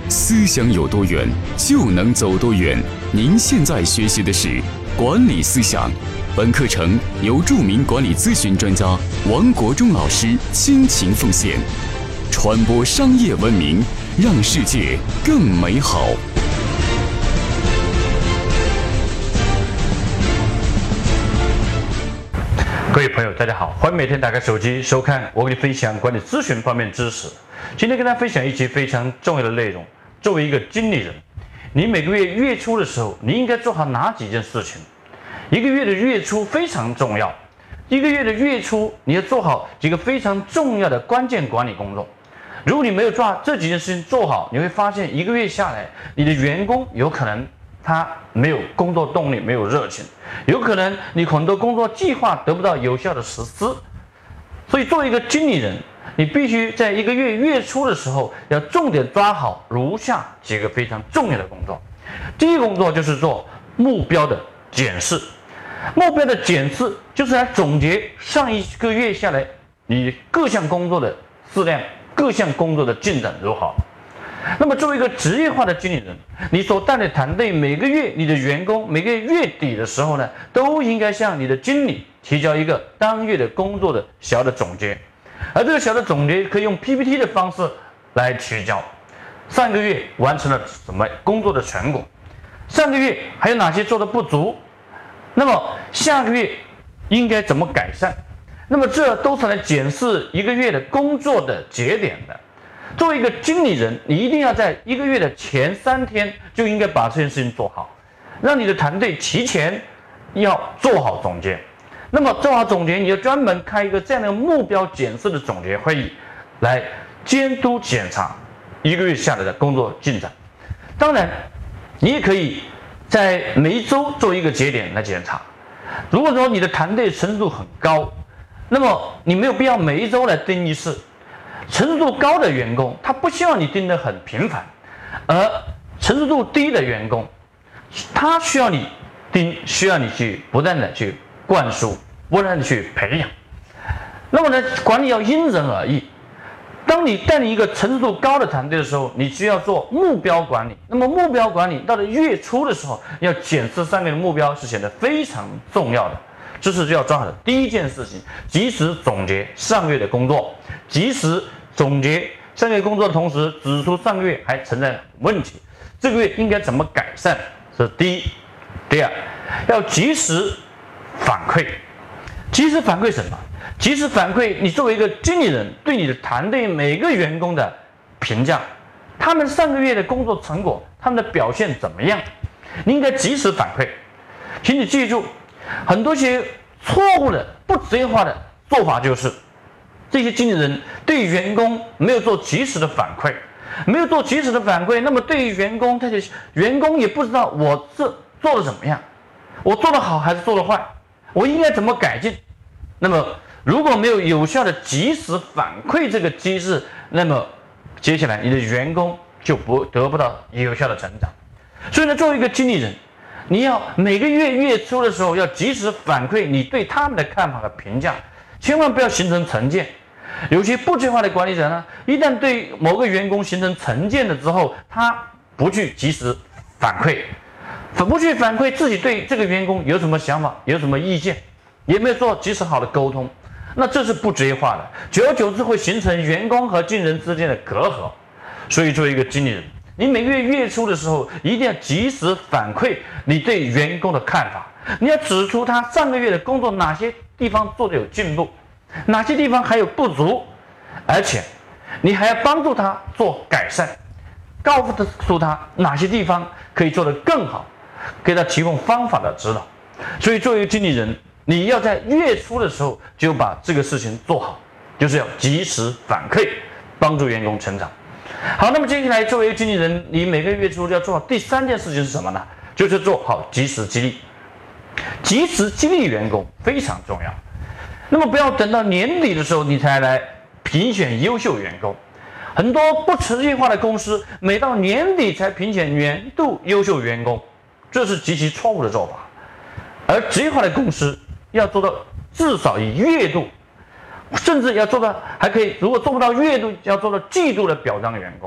思想有多远，就能走多远。您现在学习的是管理思想，本课程由著名管理咨询专家王国忠老师倾情奉献，传播商业文明，让世界更美好。 各位朋友，大家好，欢迎每天打开手机收看我给你分享管理咨询方面知识。今天跟大家分享一节非常重要的内容。作为一个经理人，你每个月月初的时候，你应该做好哪几件事情？一个月的月初非常重要，一个月的月初你要做好几个非常重要的关键管理工作。如果你没有把这几件事情做好，你会发现一个月下来，你的员工有可能他没有工作动力，没有热情，有可能你很多工作计划得不到有效的实施。所以作为一个经理人，你必须在一个月月初的时候要重点抓好如下几个非常重要的工作。第一个工作就是做目标的检视。目标的检视就是来总结上一个月下来你各项工作的质量，各项工作的进展如何。那么作为一个职业化的经理人，你所带的团队每个月你的员工每个月月底的时候呢，都应该向你的经理提交一个当月的工作的小的总结。而这个小的总结可以用 PPT 的方式来提交。上个月完成了什么工作的成果？上个月还有哪些做的不足？那么下个月应该怎么改善？那么这都是来检视一个月的工作的节点的。作为一个经理人，你一定要在一个月的前3天就应该把这件事情做好，让你的团队提前要做好总结。那么做好总结，你要专门开一个这样的目标检视的总结会议，来监督检查一个月下来的工作进展。当然，你也可以在每一周做一个节点来检查。如果说你的团队成熟度很高，那么你没有必要每一周来盯一次。成熟度高的员工，他不希望你盯得很频繁，而成熟度低的员工，他需要你盯，需要你去不断的去灌输，不断的去培养。那么呢，管理要因人而异。当你带领一个成熟度高的团队的时候，你需要做目标管理。那么目标管理到了月初的时候，要检视上个月的目标是显得非常重要的。这是要抓好的第一件事情，及时总结上个月的工作，及时总结上个月工作的同时，指出上个月还存在问题，这个月应该怎么改善，这是第一。第二，要及时反馈。及时反馈什么？及时反馈你作为一个经理人对你的团队每个员工的评价，他们上个月的工作成果，他们的表现怎么样，你应该及时反馈。请你记住，很多些错误的不职业化的做法就是这些经理人对员工没有做及时的反馈，没有做及时的反馈，那么对于员工，这些员工也不知道我这做的怎么样，我做得好还是做得坏，我应该怎么改进。那么如果没有有效的及时反馈这个机制，那么接下来你的员工就得不到有效的成长。所以呢，作为一个经理人，你要每个月月初的时候要及时反馈你对他们的看法和评价，千万不要形成成见。有些不职业化的管理者呢，一旦对某个员工形成成见了之后，他不去及时反馈，不去反馈自己对这个员工有什么想法，有什么意见，也没有做及时好的沟通，那这是不职业化的，久而久之会形成员工和经理人之间的隔阂。所以作为一个经理人，你每个月月初的时候一定要及时反馈你对员工的看法，你要指出他上个月的工作哪些地方做得有进步，哪些地方还有不足，而且你还要帮助他做改善，告诉他哪些地方可以做得更好，给他提供方法的指导。所以作为一个经理人，你要在月初的时候就把这个事情做好，就是要及时反馈，帮助员工成长。好，那么接下来作为一个经理人，你每个月初要做好第3件事情是什么呢？就是做好及时激励。及时激励员工非常重要。那么不要等到年底的时候你才来评选优秀员工。很多不职业化的公司每到年底才评选年度优秀员工，这是极其错误的做法。而职业化的公司要做到至少以月度，甚至要做到还可以，如果做不到月度，要做到季度的表彰员工。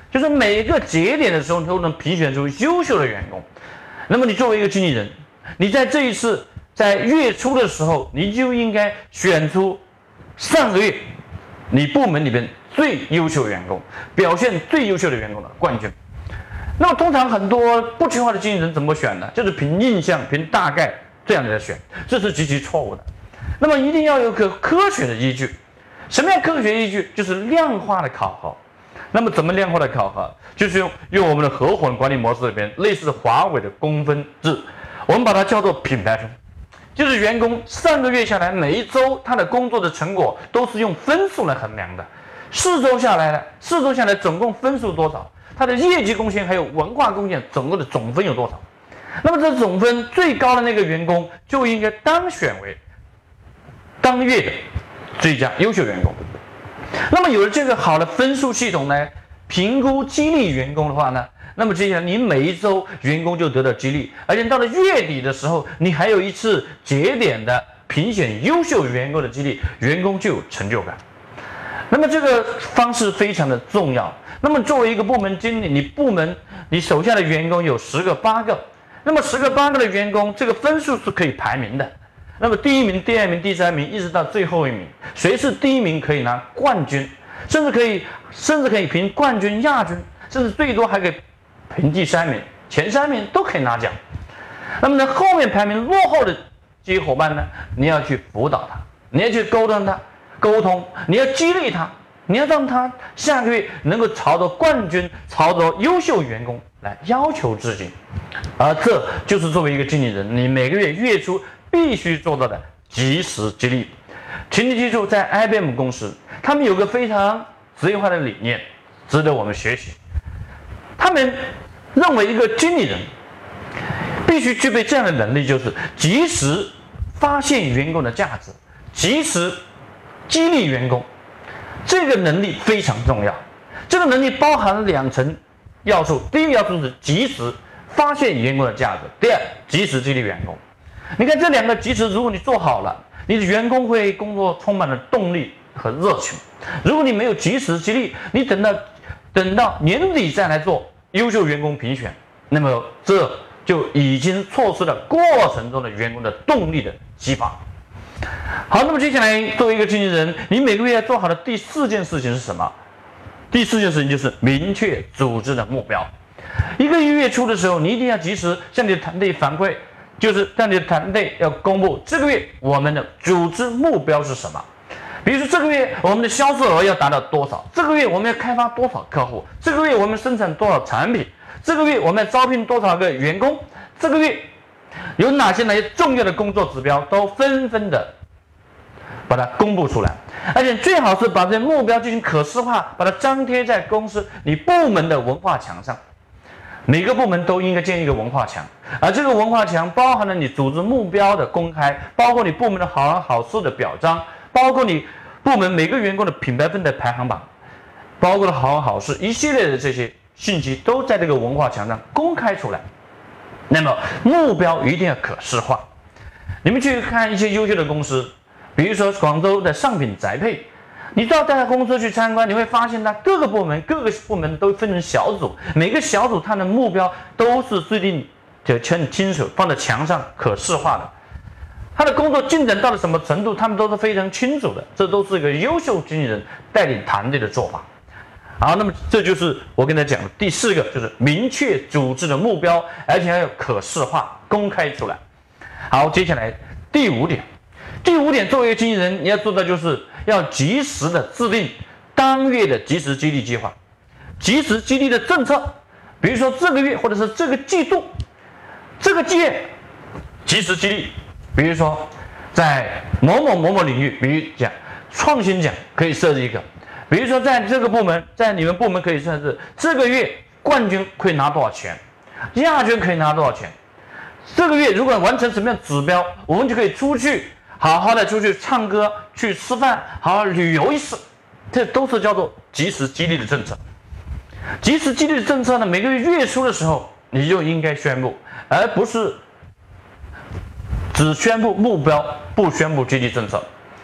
就是每个节点的时候都能评选出优秀的员工。那么你作为一个经理人，你在这一次在月初的时候，你就应该选出上个月你部门里边最优秀的员工，表现最优秀的员工的冠军。那么通常很多不听话的经理人怎么选呢？就是凭印象、凭大概这样来选，这是极其错误的。那么一定要有个科学的依据。什么样科学依据？就是量化的考核。那么怎么量化的考核？就是用我们的合伙人管理模式里边类似华为的公分制，我们把它叫做品牌分。就是员工上个月下来，每一周他的工作的成果都是用分数来衡量的。4周下来总共分数多少？他的业绩贡献还有文化贡献总共的总分有多少？那么这总分最高的那个员工就应该当选为当月的最佳优秀员工。那么有了这个好的分数系统来评估激励员工的话呢，那么接下来你每一周员工就得到激励，而且到了月底的时候，你还有一次节点的评选优秀员工的激励，员工就有成就感。那么这个方式非常的重要。那么作为一个部门经理，你手下的员工有10个8个，那么10个8个的员工，这个分数是可以排名的。那么第1名、第2名、第3名，一直到最后1名，谁是第1名可以拿冠军，甚至可以评冠军、亚军，甚至最多还可以评第3名、前3名都可以拿奖。那么呢，后面排名落后的这些伙伴呢，你要去辅导他，你要去沟通，你要激励他，你要让他下个月能够朝着冠军、朝着优秀员工来要求自己。而这就是作为一个经理人，你每个月月初必须做到的及时激励。请你记住，在 IBM 公司，他们有个非常职业化的理念，值得我们学习。他们认为一个经理人必须具备这样的能力，就是及时发现员工的价值，及时激励员工。这个能力非常重要。这个能力包含了2层要素，第一个要素是及时发现员工的价值，第二，及时激励员工。你看这2个及时，如果你做好了，你的员工会工作充满了动力和热情。如果你没有及时激励，你等到年底再来做优秀员工评选，那么这就已经错失了过程中的员工的动力的激发。好，那么接下来作为一个经纪人，你每个月要做好的第4件事情是什么？第4件事情就是明确组织的目标。一个月初的时候，你一定要及时向你的团队反馈，就是让你的团队要公布这个月我们的组织目标是什么。比如说这个月我们的销售额要达到多少，这个月我们要开发多少客户，这个月我们生产多少产品，这个月我们要招聘多少个员工，这个月有哪些重要的工作指标，都纷纷的把它公布出来，而且最好是把这些目标进行可视化，把它张贴在公司你部门的文化墙上。每个部门都应该建一个文化墙，而这个文化墙包含了你组织目标的公开，包括你部门的好人好事的表彰，包括你部门每个员工的品牌分的排行榜，包括了好人好事一系列的这些信息都在这个文化墙上公开出来。那么目标一定要可视化。你们去看一些优秀的公司，比如说广州的上品宅配，你到大家公司去参观，你会发现它各个部门都分成小组，每个小组它的目标都是制定的很清楚，放在墙上可视化的。他的工作进展到了什么程度，他们都是非常清楚的，这都是一个优秀经纪人带领团队的做法。好，那么这就是我跟大家讲的第4个，就是明确组织的目标，而且还要可视化公开出来。好，接下来第5点，作为一个经纪人，你要做的就是要及时的制定当月的及时激励计划，及时激励的政策。比如说这个月或者是这个季度、这个季月及时激励。比如说在某某领域，比如讲创新奖可以设置一个，比如说在这个部门，在你们部门可以设置这个月冠军可以拿多少钱，亚军可以拿多少钱。这个月如果完成什么样的指标，我们就可以出去好好的出去唱歌、去吃饭、好好旅游一次，这都是叫做及时激励的政策。及时激励的政策呢，每个月月初的时候你就应该宣布，而不是只宣布目标，不宣布激励政策。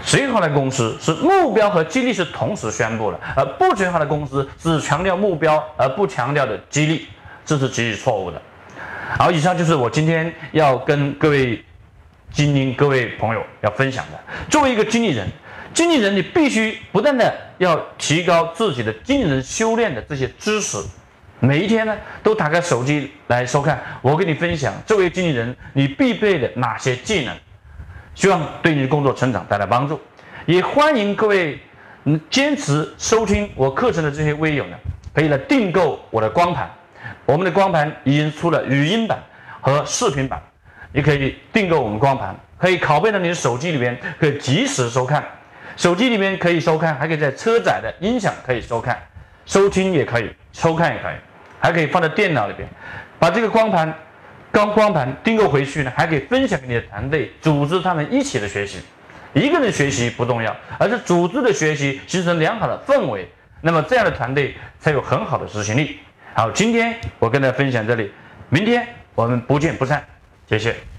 随行的公司是目标和激励是同时宣布的，而不随行的公司只强调目标而不强调的激励，这是极其错误的。好，以上就是我今天要跟各位精英、各位朋友要分享的。作为一个经理人，你必须不断的要提高自己的经理人修炼的这些知识。每一天呢，都打开手机来收看我跟你分享作为经理人你必备的哪些技能，希望对你的工作成长带来帮助。也欢迎各位坚持收听我课程的这些微友呢，可以来订购我的光盘。我们的光盘已经出了语音版和视频版，也可以订购我们光盘，可以拷贝到你的手机里面，可以及时收看。手机里面可以收看，还可以在车载的音响可以收看，收听也可以，收看也可以，还可以放在电脑里边。把这个光盘订购回去呢，还可以分享给你的团队，组织他们一起的学习。一个人学习不重要，而是组织的学习形成良好的氛围，那么这样的团队才有很好的执行力。好，今天我跟大家分享这里，明天我们不见不散，谢谢。